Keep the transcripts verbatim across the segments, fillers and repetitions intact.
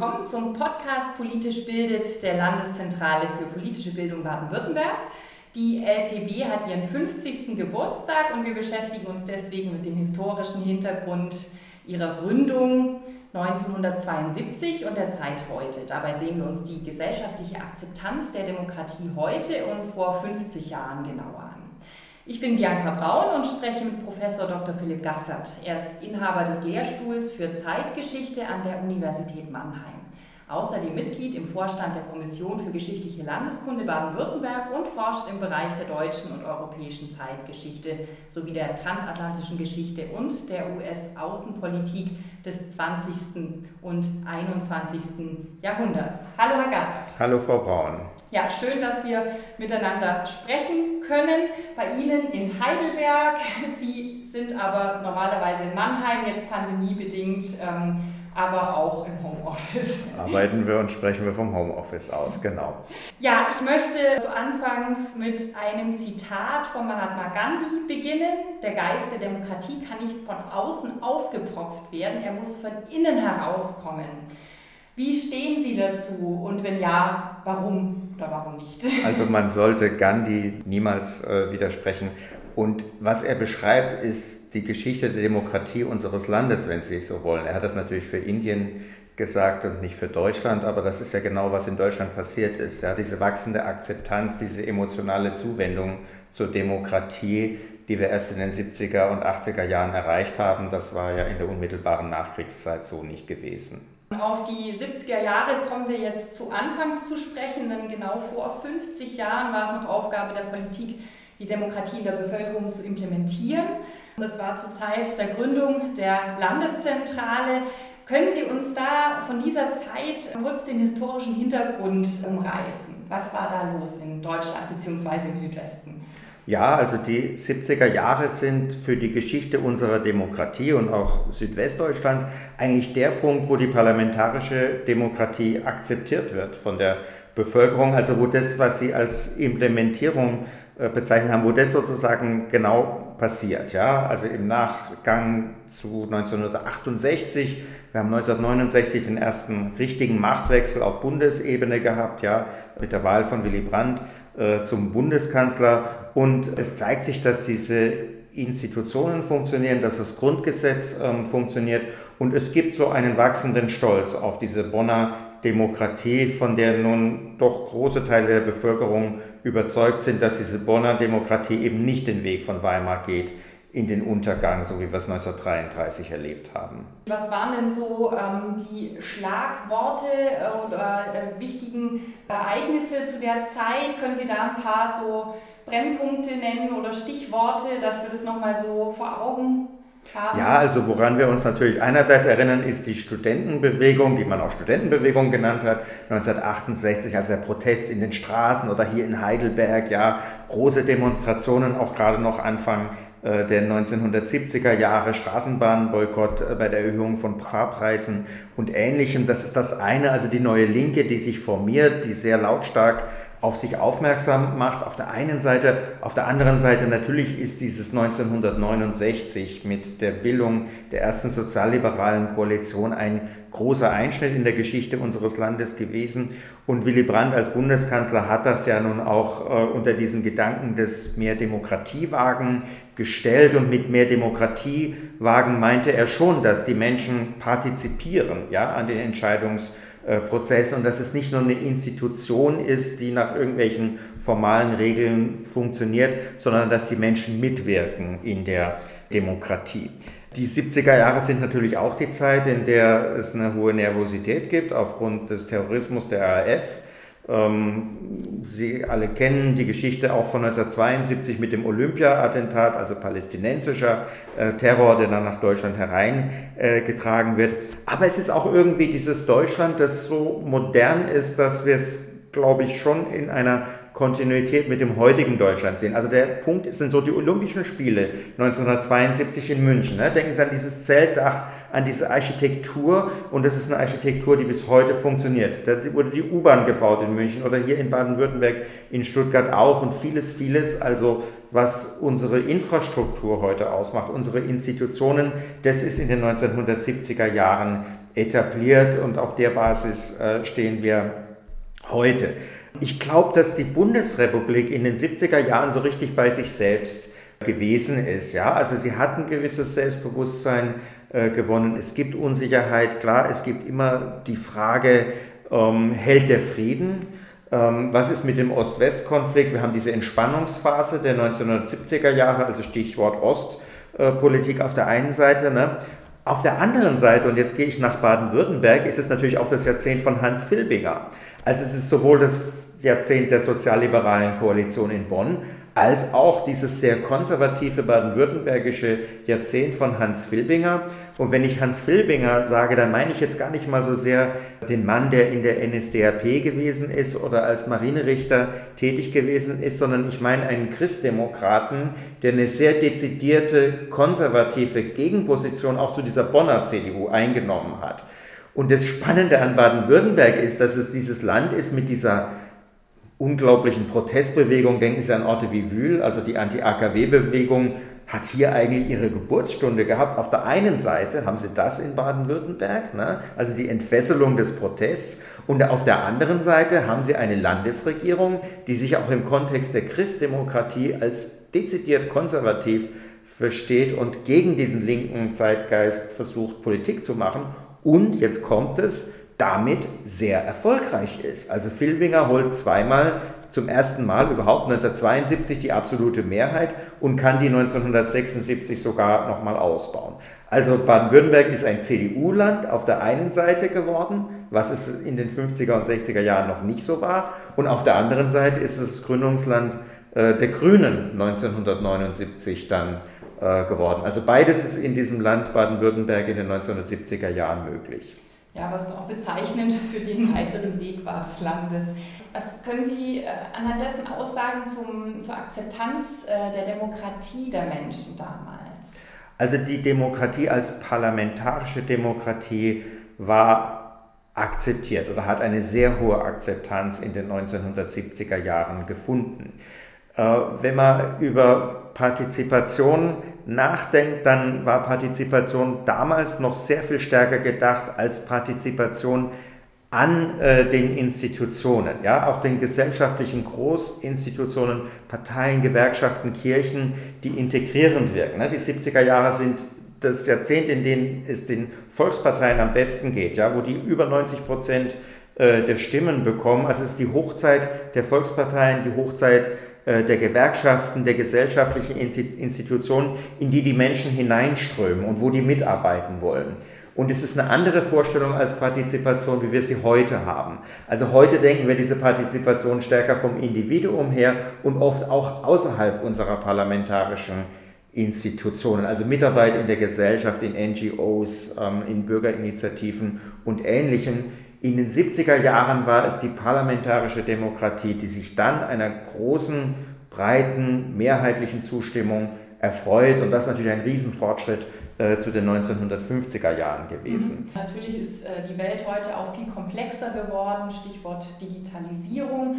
willkommen zum Podcast Politisch bildet der Landeszentrale für politische Bildung Baden-Württemberg. Die L P B hat ihren fünfzigsten Geburtstag und wir beschäftigen uns deswegen mit dem historischen Hintergrund ihrer Gründung neunzehnhundertzweiundsiebzig und der Zeit heute. Dabei sehen wir uns die gesellschaftliche Akzeptanz der Demokratie heute und vor fünfzig Jahren genauer an. Ich bin Bianca Braun und spreche mit Professor Doktor Philipp Gassert. Er ist Inhaber des Lehrstuhls für Zeitgeschichte an der Universität Mannheim. Außerdem Mitglied im Vorstand der Kommission für geschichtliche Landeskunde Baden-Württemberg und forscht im Bereich der deutschen und europäischen Zeitgeschichte sowie der transatlantischen Geschichte und der U S-Außenpolitik des zwanzigsten und einundzwanzigsten Jahrhunderts. Hallo Herr Gassert. Hallo Frau Braun. Ja, schön, dass wir miteinander sprechen können. Bei Ihnen in Heidelberg. Sie sind aber normalerweise in Mannheim, jetzt pandemiebedingt, ähm, aber auch im Homeoffice. Arbeiten wir und sprechen wir vom Homeoffice aus, genau. Ja, ich möchte zu Anfangs mit einem Zitat von Mahatma Gandhi beginnen. Der Geist der Demokratie kann nicht von außen aufgepropft werden, er muss von innen herauskommen. Wie stehen Sie dazu und wenn ja, warum oder warum nicht? Also man sollte Gandhi niemals äh, widersprechen. Und was er beschreibt, ist die Geschichte der Demokratie unseres Landes, wenn Sie so wollen. Er hat das natürlich für Indien gesagt und nicht für Deutschland, aber das ist ja genau, was in Deutschland passiert ist. Ja, diese wachsende Akzeptanz, diese emotionale Zuwendung zur Demokratie, die wir erst in den siebziger und achtziger Jahren erreicht haben, das war ja in der unmittelbaren Nachkriegszeit so nicht gewesen. Auf die siebziger Jahre kommen wir jetzt zu Anfangs zu sprechen, denn genau vor fünfzig Jahren war es noch Aufgabe der Politik, die Demokratie in der Bevölkerung zu implementieren. Das war zur Zeit der Gründung der Landeszentrale. Können Sie uns da von dieser Zeit kurz den historischen Hintergrund umreißen? Was war da los in Deutschland bzw. im Südwesten? Ja, also die siebziger Jahre sind für die Geschichte unserer Demokratie und auch Südwestdeutschlands eigentlich der Punkt, wo die parlamentarische Demokratie akzeptiert wird von der Bevölkerung, also wo das, was Sie als Implementierung bezeichnet haben, wo das sozusagen genau passiert. Ja? Also im Nachgang zu neunzehnhundertachtundsechzig, wir haben neunzehnhundertneunundsechzig den ersten richtigen Machtwechsel auf Bundesebene gehabt, ja, mit der Wahl von Willy Brandt äh, zum Bundeskanzler. Und es zeigt sich, dass diese Institutionen funktionieren, dass das Grundgesetz ähm, funktioniert und es gibt so einen wachsenden Stolz auf diese Bonner Demokratie, von der nun doch große Teile der Bevölkerung überzeugt sind, dass diese Bonner Demokratie eben nicht den Weg von Weimar geht in den Untergang, so wie wir es neunzehnhundertdreiunddreißig erlebt haben. Was waren denn so ähm, die Schlagworte äh, oder äh, wichtigen Ereignisse zu der Zeit? Können Sie da ein paar so Brennpunkte nennen oder Stichworte, dass wir das nochmal so vor Augen haben? Ja, also woran wir uns natürlich einerseits erinnern, ist die Studentenbewegung, die man auch Studentenbewegung genannt hat, neunzehnhundertachtundsechzig, also der Protest in den Straßen oder hier in Heidelberg, ja, große Demonstrationen, auch gerade noch Anfang äh, der neunzehnhundertsiebziger Jahre, Straßenbahnboykott äh, bei der Erhöhung von Fahrpreisen und Ähnlichem. Das ist das eine, also die neue Linke, die sich formiert, die sehr lautstark auf sich aufmerksam macht, auf der einen Seite. Auf der anderen Seite natürlich ist dieses neunzehnhundertneunundsechzig mit der Bildung der ersten sozialliberalen Koalition ein großer Einschnitt in der Geschichte unseres Landes gewesen. Und Willy Brandt als Bundeskanzler hat das ja nun auch äh, unter diesen Gedanken des Mehr Demokratiewagen gestellt. Und mit Mehr Demokratiewagen meinte er schon, dass die Menschen partizipieren, ja, an den Entscheidungs Prozess und dass es nicht nur eine Institution ist, die nach irgendwelchen formalen Regeln funktioniert, sondern dass die Menschen mitwirken in der Demokratie. Die siebziger Jahre sind natürlich auch die Zeit, in der es eine hohe Nervosität gibt aufgrund des Terrorismus der A R F. Sie alle kennen die Geschichte auch von neunzehnhundertzweiundsiebzig mit dem Olympia-Attentat, also palästinensischer Terror, der dann nach Deutschland hereingetragen wird. Aber es ist auch irgendwie dieses Deutschland, das so modern ist, dass wir es, glaube ich, schon in einer Kontinuität mit dem heutigen Deutschland sehen. Also der Punkt sind so die Olympischen Spiele neunzehnhundertzweiundsiebzig in München. Ne? Denken Sie an dieses Zeltdach, an diese Architektur und das ist eine Architektur, die bis heute funktioniert. Da wurde die U-Bahn gebaut in München oder hier in Baden-Württemberg, in Stuttgart auch und vieles, vieles, also was unsere Infrastruktur heute ausmacht, unsere Institutionen, das ist in den neunzehnhundertsiebziger Jahren etabliert und auf der Basis äh, stehen wir heute. Ich glaube, dass die Bundesrepublik in den siebziger Jahren so richtig bei sich selbst gewesen ist. Ja? Also sie hat ein gewisses Selbstbewusstsein äh, gewonnen. Es gibt Unsicherheit, klar, es gibt immer die Frage, ähm, hält der Frieden? Ähm, was ist mit dem Ost-West-Konflikt? Wir haben diese Entspannungsphase der neunzehnhundertsiebziger Jahre, also Stichwort Ostpolitik auf der einen Seite. Ne? Auf der anderen Seite, und jetzt gehe ich nach Baden-Württemberg, ist es natürlich auch das Jahrzehnt von Hans Filbinger. Also es ist sowohl das Jahrzehnt der sozialliberalen Koalition in Bonn, als auch dieses sehr konservative baden-württembergische Jahrzehnt von Hans Filbinger. Und wenn ich Hans Filbinger sage, dann meine ich jetzt gar nicht mal so sehr den Mann, der in der N S D A P gewesen ist oder als Marinerichter tätig gewesen ist, sondern ich meine einen Christdemokraten, der eine sehr dezidierte konservative Gegenposition auch zu dieser Bonner C D U eingenommen hat. Und das Spannende an Baden-Württemberg ist, dass es dieses Land ist mit dieser unglaublichen Protestbewegung. Denken Sie an Orte wie Wühl, also die Anti-A K W-Bewegung hat hier eigentlich ihre Geburtsstunde gehabt. Auf der einen Seite haben Sie das in Baden-Württemberg, ne? Also die Entfesselung des Protests, und auf der anderen Seite haben Sie eine Landesregierung, die sich auch im Kontext der Christdemokratie als dezidiert konservativ versteht und gegen diesen linken Zeitgeist versucht, Politik zu machen. Und jetzt kommt es, damit sehr erfolgreich ist. Also Filbinger holt zweimal, zum ersten Mal überhaupt neunzehnhundertzweiundsiebzig die absolute Mehrheit und kann die neunzehnhundertsechsundsiebzig sogar nochmal ausbauen. Also Baden-Württemberg ist ein C D U-Land auf der einen Seite geworden, was es in den fünfziger und sechziger Jahren noch nicht so war, und auf der anderen Seite ist es das Gründungsland äh, der Grünen neunzehnhundertneunundsiebzig dann äh, geworden. Also beides ist in diesem Land Baden-Württemberg in den neunzehnhundertsiebziger Jahren möglich. Ja, was auch bezeichnend für den weiteren Weg war des Landes. Was können Sie äh, anhand dessen aussagen zum, zur Akzeptanz äh, der Demokratie der Menschen damals? Also die Demokratie als parlamentarische Demokratie war akzeptiert oder hat eine sehr hohe Akzeptanz in den neunzehnhundertsiebziger Jahren gefunden. Äh, wenn man über Partizipation nachdenkt, dann war Partizipation damals noch sehr viel stärker gedacht als Partizipation an äh, den Institutionen, ja, auch den gesellschaftlichen Großinstitutionen, Parteien, Gewerkschaften, Kirchen, die integrierend wirken. Ne? Die siebziger Jahre sind das Jahrzehnt, in dem es den Volksparteien am besten geht, ja, wo die über neunzig Prozent äh, der Stimmen bekommen. Also es ist die Hochzeit der Volksparteien, die Hochzeit der Gewerkschaften, der gesellschaftlichen Institutionen, in die die Menschen hineinströmen und wo die mitarbeiten wollen. Und es ist eine andere Vorstellung als Partizipation, wie wir sie heute haben. Also heute denken wir diese Partizipation stärker vom Individuum her und oft auch außerhalb unserer parlamentarischen Institutionen, also Mitarbeit in der Gesellschaft, in N G Os, in Bürgerinitiativen und Ähnlichem. In den siebziger Jahren war es die parlamentarische Demokratie, die sich dann einer großen, breiten, mehrheitlichen Zustimmung erfreut. Und das ist natürlich ein Riesenfortschritt äh, zu den neunzehnhundertfünfziger Jahren gewesen. Mhm. Natürlich ist äh, die Welt heute auch viel komplexer geworden, Stichwort Digitalisierung.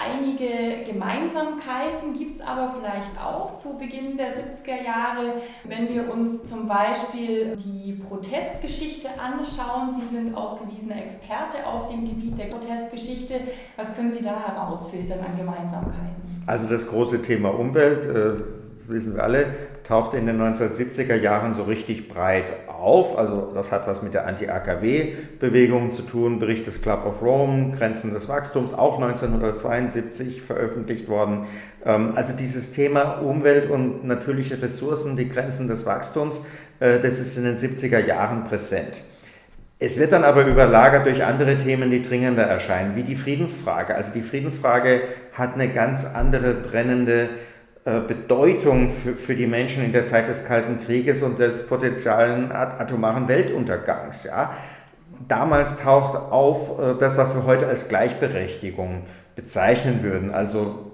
Einige Gemeinsamkeiten gibt es aber vielleicht auch zu Beginn der siebziger Jahre. Wenn wir uns zum Beispiel die Protestgeschichte anschauen, Sie sind ausgewiesener Experte auf dem Gebiet der Protestgeschichte. Was können Sie da herausfiltern an Gemeinsamkeiten? Also das große Thema Umwelt, äh, wissen wir alle, taucht in den neunzehnhundertsiebziger Jahren so richtig breit auf. Also das hat was mit der Anti-A K W-Bewegung zu tun. Bericht des Club of Rome, Grenzen des Wachstums, auch neunzehnhundertzweiundsiebzig veröffentlicht worden. Also dieses Thema Umwelt und natürliche Ressourcen, die Grenzen des Wachstums, das ist in den siebziger Jahren präsent. Es wird dann aber überlagert durch andere Themen, die dringender erscheinen, wie die Friedensfrage. Also die Friedensfrage hat eine ganz andere brennende Bedeutung für, für die Menschen in der Zeit des Kalten Krieges und des potenziellen atomaren Weltuntergangs. Ja. Damals taucht auf das, was wir heute als Gleichberechtigung bezeichnen würden, also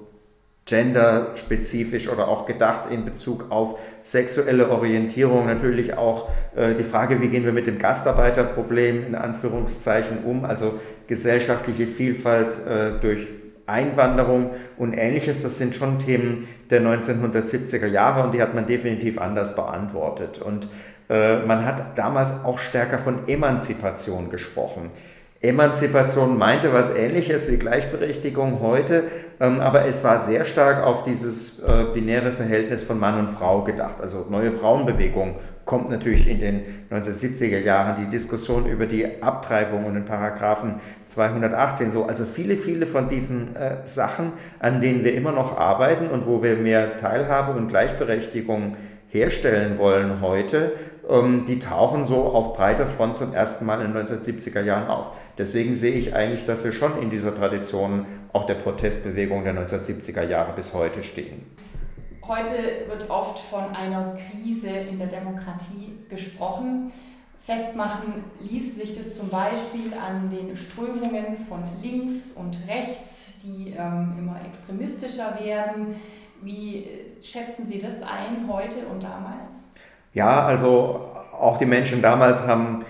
genderspezifisch oder auch gedacht in Bezug auf sexuelle Orientierung, natürlich auch äh, die Frage, wie gehen wir mit dem Gastarbeiterproblem in Anführungszeichen um, also gesellschaftliche Vielfalt äh, durch Einwanderung und Ähnliches, das sind schon Themen der neunzehnhundertsiebziger Jahre und die hat man definitiv anders beantwortet. Und äh, man hat damals auch stärker von Emanzipation gesprochen. Emanzipation meinte was Ähnliches wie Gleichberechtigung heute, ähm, aber es war sehr stark auf dieses äh, binäre Verhältnis von Mann und Frau gedacht. Also neue Frauenbewegung kommt natürlich in den neunzehnhundertsiebziger Jahren, die Diskussion über die Abtreibung und den Paragraphen zweihundertachtzehn, so, also viele, viele von diesen äh, Sachen, an denen wir immer noch arbeiten und wo wir mehr Teilhabe und Gleichberechtigung herstellen wollen heute, ähm, die tauchen so auf breiter Front zum ersten Mal in den neunzehnhundertsiebziger Jahren auf. Deswegen sehe ich eigentlich, dass wir schon in dieser Tradition auch der Protestbewegung der neunzehnhundertsiebziger Jahre bis heute stehen. Heute wird oft von einer Krise in der Demokratie gesprochen. Festmachen ließ sich das zum Beispiel an den Strömungen von links und rechts, die ähm, immer extremistischer werden. Wie schätzen Sie das ein, heute und damals? Ja, also auch die Menschen damals haben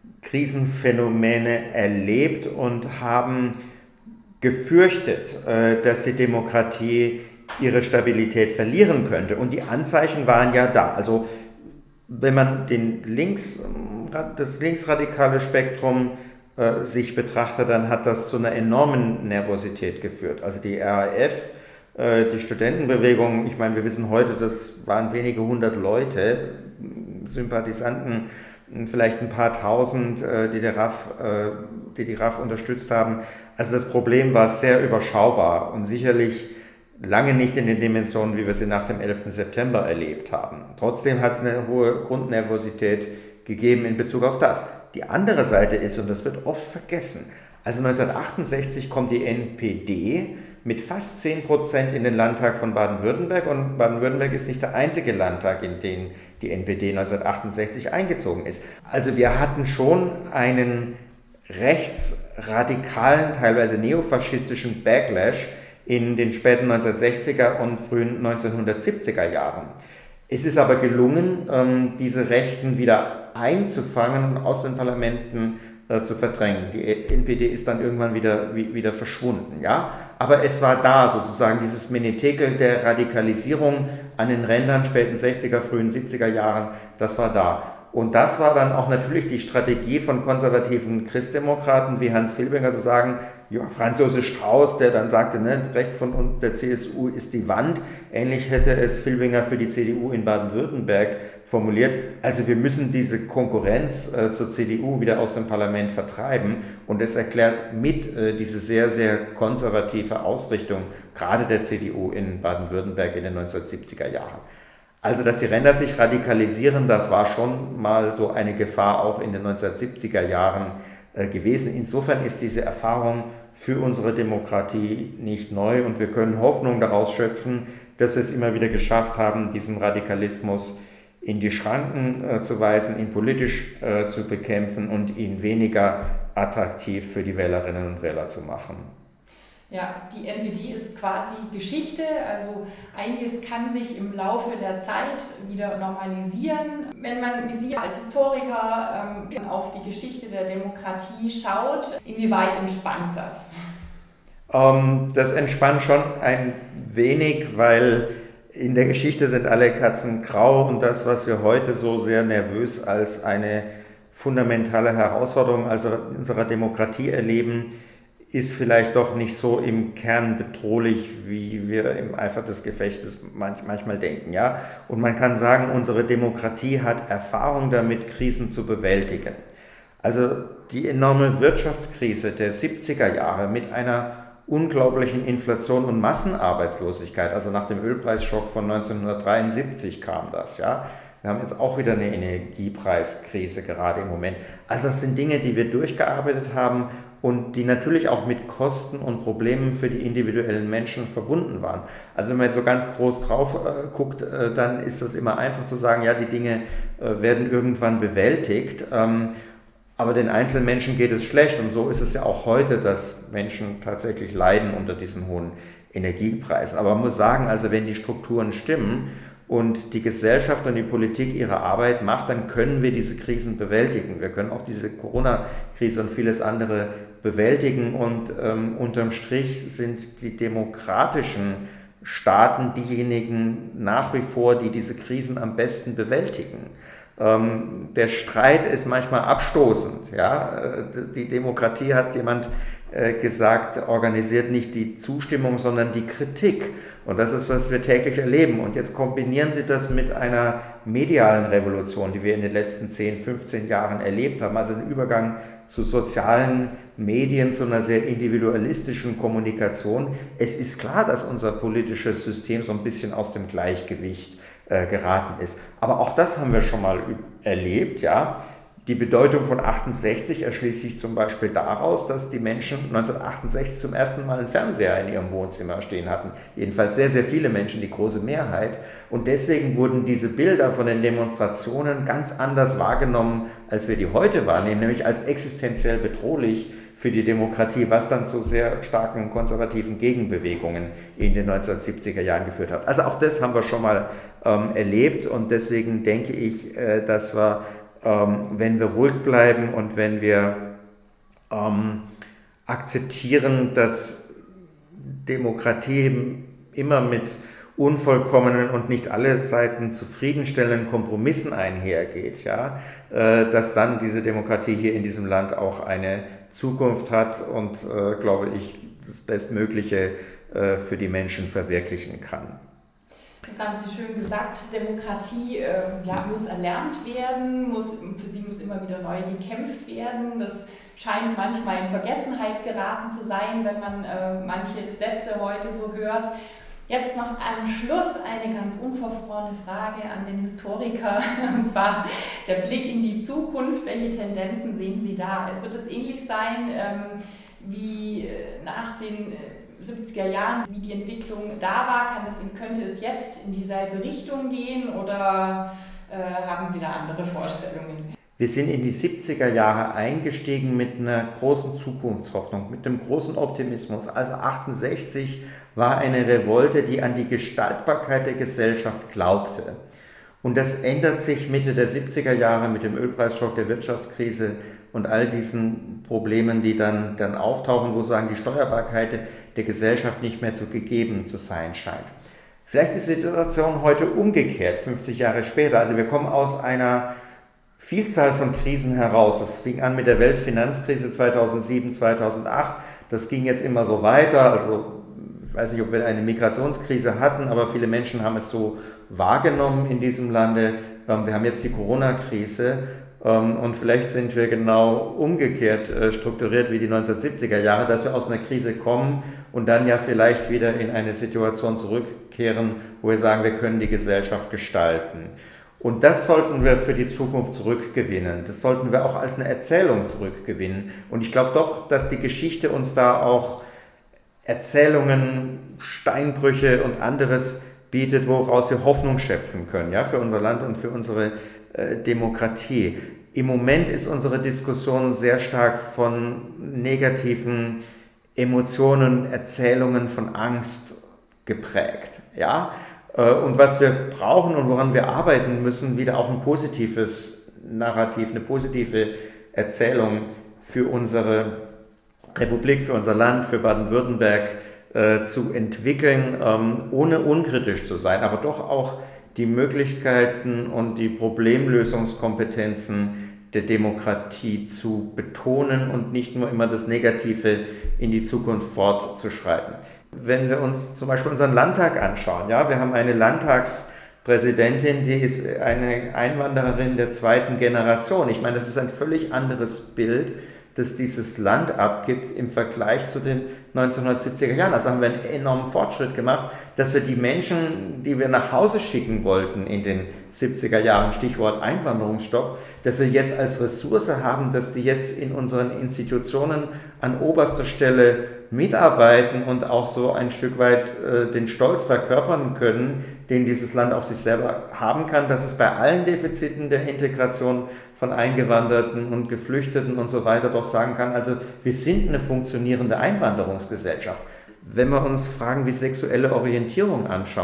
Krisenphänomene erlebt und haben gefürchtet, dass die Demokratie ihre Stabilität verlieren könnte. Und die Anzeichen waren ja da. Also wenn man den Links, das linksradikale Spektrum äh, sich betrachtet, dann hat das zu einer enormen Nervosität geführt. Also die R A F, äh, die Studentenbewegung, ich meine, wir wissen heute, das waren wenige hundert Leute, Sympathisanten, vielleicht ein paar tausend, äh, die, der R A F, äh, die die R A F unterstützt haben. Also das Problem war sehr überschaubar und sicherlich lange nicht in den Dimensionen, wie wir sie nach dem elften September erlebt haben. Trotzdem hat es eine hohe Grundnervosität gegeben in Bezug auf das. Die andere Seite ist, und das wird oft vergessen, also neunzehnhundertachtundsechzig kommt die N P D mit fast zehn Prozent in den Landtag von Baden-Württemberg und Baden-Württemberg ist nicht der einzige Landtag, in den die N P D neunzehnhundertachtundsechzig eingezogen ist. Also wir hatten schon einen rechtsradikalen, teilweise neofaschistischen Backlash in den späten neunzehnhundertsechziger und frühen neunzehnhundertsiebziger Jahren. Es ist aber gelungen, diese Rechten wieder einzufangen und aus den Parlamenten zu verdrängen. Die N P D ist dann irgendwann wieder, wieder verschwunden. Ja? Aber es war da sozusagen dieses Menetekel der Radikalisierung an den Rändern späten sechziger, frühen siebziger Jahren, das war da. Und das war dann auch natürlich die Strategie von konservativen Christdemokraten wie Hans Filbinger zu sagen, ja, Franz Josef Strauß, der dann sagte, ne, rechts von der C S U ist die Wand. Ähnlich hätte es Filbinger für die C D U in Baden-Württemberg formuliert. Also wir müssen diese Konkurrenz äh, zur C D U wieder aus dem Parlament vertreiben. Und das erklärt mit äh, diese sehr, sehr konservative Ausrichtung, gerade der C D U in Baden-Württemberg in den neunzehnhundertsiebziger Jahren. Also, dass die Ränder sich radikalisieren, das war schon mal so eine Gefahr auch in den neunzehnhundertsiebziger Jahren äh, gewesen. Insofern ist diese Erfahrung für unsere Demokratie nicht neu und wir können Hoffnung daraus schöpfen, dass wir es immer wieder geschafft haben, diesen Radikalismus in die Schranken äh, zu weisen, ihn politisch äh, zu bekämpfen und ihn weniger attraktiv für die Wählerinnen und Wähler zu machen. Ja, die N P D ist quasi Geschichte, also einiges kann sich im Laufe der Zeit wieder normalisieren. Wenn man wie Sie als Historiker ähm, auf die Geschichte der Demokratie schaut, inwieweit entspannt das? Ähm, das entspannt schon ein wenig, weil in der Geschichte sind alle Katzen grau und das, was wir heute so sehr nervös als eine fundamentale Herausforderung also unserer Demokratie erleben, ist vielleicht doch nicht so im Kern bedrohlich, wie wir im Eifer des Gefechtes manchmal denken. Ja? Und man kann sagen, unsere Demokratie hat Erfahrung damit, Krisen zu bewältigen. Also die enorme Wirtschaftskrise der siebziger Jahre mit einer unglaublichen Inflation und Massenarbeitslosigkeit, also nach dem Ölpreisschock von neunzehnhundertdreiundsiebzig kam das, ja. Wir haben jetzt auch wieder eine Energiepreiskrise gerade im Moment. Also das sind Dinge, die wir durchgearbeitet haben und die natürlich auch mit Kosten und Problemen für die individuellen Menschen verbunden waren. Also wenn man jetzt so ganz groß drauf äh, guckt, äh, dann ist das immer einfach zu sagen, ja, die Dinge äh, werden irgendwann bewältigt, ähm, aber den einzelnen Menschen geht es schlecht und so ist es ja auch heute, dass Menschen tatsächlich leiden unter diesen hohen Energiepreisen. Aber man muss sagen, also wenn die Strukturen stimmen, und die Gesellschaft und die Politik ihre Arbeit macht, dann können wir diese Krisen bewältigen. Wir können auch diese Corona-Krise und vieles andere bewältigen und ähm, unterm Strich sind die demokratischen Staaten diejenigen nach wie vor, die diese Krisen am besten bewältigen. Ähm, der Streit ist manchmal abstoßend. Ja? Die Demokratie, hat jemand äh, gesagt, organisiert nicht die Zustimmung, sondern die Kritik. Und das ist, was wir täglich erleben. Und jetzt kombinieren Sie das mit einer medialen Revolution, die wir in den letzten zehn, fünfzehn Jahren erlebt haben. Also ein Übergang zu sozialen Medien, zu einer sehr individualistischen Kommunikation. Es ist klar, dass unser politisches System so ein bisschen aus dem Gleichgewicht äh, geraten ist. Aber auch das haben wir schon mal erlebt, ja. Die Bedeutung von achtundsechzig erschließt sich zum Beispiel daraus, dass die Menschen neunzehnhundertachtundsechzig zum ersten Mal einen Fernseher in ihrem Wohnzimmer stehen hatten. Jedenfalls sehr, sehr viele Menschen, die große Mehrheit. Und deswegen wurden diese Bilder von den Demonstrationen ganz anders wahrgenommen, als wir die heute wahrnehmen, nämlich als existenziell bedrohlich für die Demokratie, was dann zu sehr starken konservativen Gegenbewegungen in den neunzehnhundertsiebziger Jahren geführt hat. Also auch das haben wir schon mal ähm, erlebt und deswegen denke ich, äh, dass wir wenn wir ruhig bleiben und wenn wir ähm, akzeptieren, dass Demokratie immer mit unvollkommenen und nicht alle Seiten zufriedenstellenden Kompromissen einhergeht, ja, äh, dass dann diese Demokratie hier in diesem Land auch eine Zukunft hat und, äh, glaube ich, das Bestmögliche äh, für die Menschen verwirklichen kann. Das haben Sie schön gesagt, Demokratie äh, ja, muss erlernt werden, muss, für sie muss immer wieder neu gekämpft werden. Das scheint manchmal in Vergessenheit geraten zu sein, wenn man äh, manche Sätze heute so hört. Jetzt noch am Schluss eine ganz unverfrorene Frage an den Historiker, und zwar der Blick in die Zukunft. Welche Tendenzen sehen Sie da? Wird es ähnlich sein ähm, wie nach den siebziger Jahren, wie die Entwicklung da war? Kann es, könnte es jetzt in dieselbe Richtung gehen oder äh, haben Sie da andere Vorstellungen? Wir sind in die siebziger Jahre eingestiegen mit einer großen Zukunftshoffnung, mit einem großen Optimismus. Also achtundsechzig war eine Revolte, die an die Gestaltbarkeit der Gesellschaft glaubte. Und das ändert sich Mitte der siebziger Jahre mit dem Ölpreisschock, der Wirtschaftskrise und all diesen Problemen, die dann, dann auftauchen, wo sagen, die Steuerbarkeit der Gesellschaft nicht mehr zu gegeben zu sein scheint. Vielleicht ist die Situation heute umgekehrt, fünfzig Jahre später. Also wir kommen aus einer Vielzahl von Krisen heraus. Das fing an mit der Weltfinanzkrise zweitausendsieben, zweitausendacht. Das ging jetzt immer so weiter. Also ich weiß nicht, ob wir eine Migrationskrise hatten, aber viele Menschen haben es so wahrgenommen in diesem Lande. Wir haben jetzt die Corona-Krise. Und vielleicht sind wir genau umgekehrt strukturiert wie die neunzehnhundertsiebziger Jahre, dass wir aus einer Krise kommen und dann ja vielleicht wieder in eine Situation zurückkehren, wo wir sagen, wir können die Gesellschaft gestalten. Und das sollten wir für die Zukunft zurückgewinnen. Das sollten wir auch als eine Erzählung zurückgewinnen. Und ich glaube doch, dass die Geschichte uns da auch Erzählungen, Steinbrüche und anderes bietet, woraus wir Hoffnung schöpfen können, ja, für unser Land und für unsere äh, Demokratie. Im Moment ist unsere Diskussion sehr stark von negativen Emotionen, Erzählungen von Angst geprägt. Ja? Und was wir brauchen und woran wir arbeiten müssen, wieder auch ein positives Narrativ, eine positive Erzählung für unsere Republik, für unser Land, für Baden-Württemberg äh, zu entwickeln, ähm, ohne unkritisch zu sein, aber doch auch die Möglichkeiten und die Problemlösungskompetenzen der Demokratie zu betonen und nicht nur immer das Negative in die Zukunft fortzuschreiten. Wenn wir uns zum Beispiel unseren Landtag anschauen, ja, wir haben eine Landtagspräsidentin, die ist eine Einwandererin der zweiten Generation. Ich meine, das ist ein völlig anderes Bild, das dieses Land abgibt im Vergleich zu den neunzehnhundertsiebziger Jahren. Also haben wir einen enormen Fortschritt gemacht, dass wir die Menschen, die wir nach Hause schicken wollten in den siebziger Jahren, Stichwort Einwanderungsstopp, dass wir jetzt als Ressource haben, dass die jetzt in unseren Institutionen an oberster Stelle mitarbeiten und auch so ein Stück weit äh, den Stolz verkörpern können, den dieses Land auf sich selber haben kann, dass es bei allen Defiziten der Integration von Eingewanderten und Geflüchteten und so weiter doch sagen kann, also wir sind eine funktionierende Einwanderungsgesellschaft. Wenn wir uns Fragen wie sexuelle Orientierung anschauen,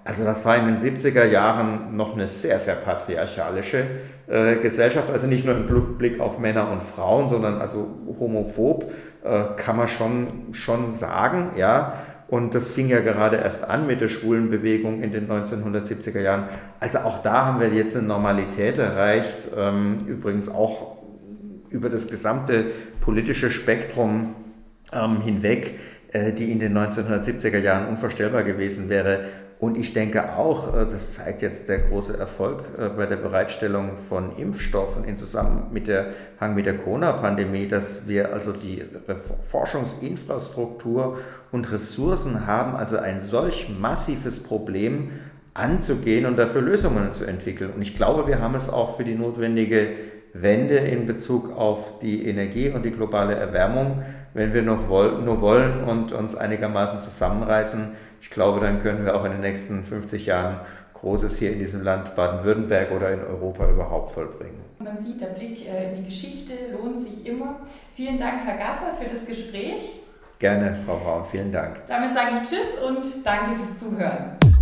Also das war in den siebziger Jahren noch eine sehr, sehr patriarchalische äh, Gesellschaft. Also nicht nur im Blick auf Männer und Frauen, sondern also homophob äh, kann man schon, schon sagen, ja. Und das fing ja gerade erst an mit der Schwulenbewegung in den neunzehnhundertsiebziger Jahren. Also auch da haben wir jetzt eine Normalität erreicht, ähm, übrigens auch über das gesamte politische Spektrum ähm, hinweg, äh, die in den neunzehnhundertsiebziger Jahren unvorstellbar gewesen wäre. Und ich denke auch, äh, das zeigt jetzt der große Erfolg äh, bei der Bereitstellung von Impfstoffen in Zusammenhang mit der, mit der Corona-Pandemie, dass wir also die Forschungsinfrastruktur und Ressourcen haben, also ein solch massives Problem anzugehen und dafür Lösungen zu entwickeln. Und ich glaube, wir haben es auch für die notwendige Wende in Bezug auf die Energie und die globale Erwärmung, wenn wir noch woll- nur wollen und uns einigermaßen zusammenreißen. Ich glaube, dann können wir auch in den nächsten fünfzig Jahren Großes hier in diesem Land Baden-Württemberg oder in Europa überhaupt vollbringen. Man sieht, der Blick in die Geschichte lohnt sich immer. Vielen Dank, Herr Gasser, für das Gespräch. Gerne, Frau Braun, vielen Dank. Damit sage ich Tschüss und danke fürs Zuhören.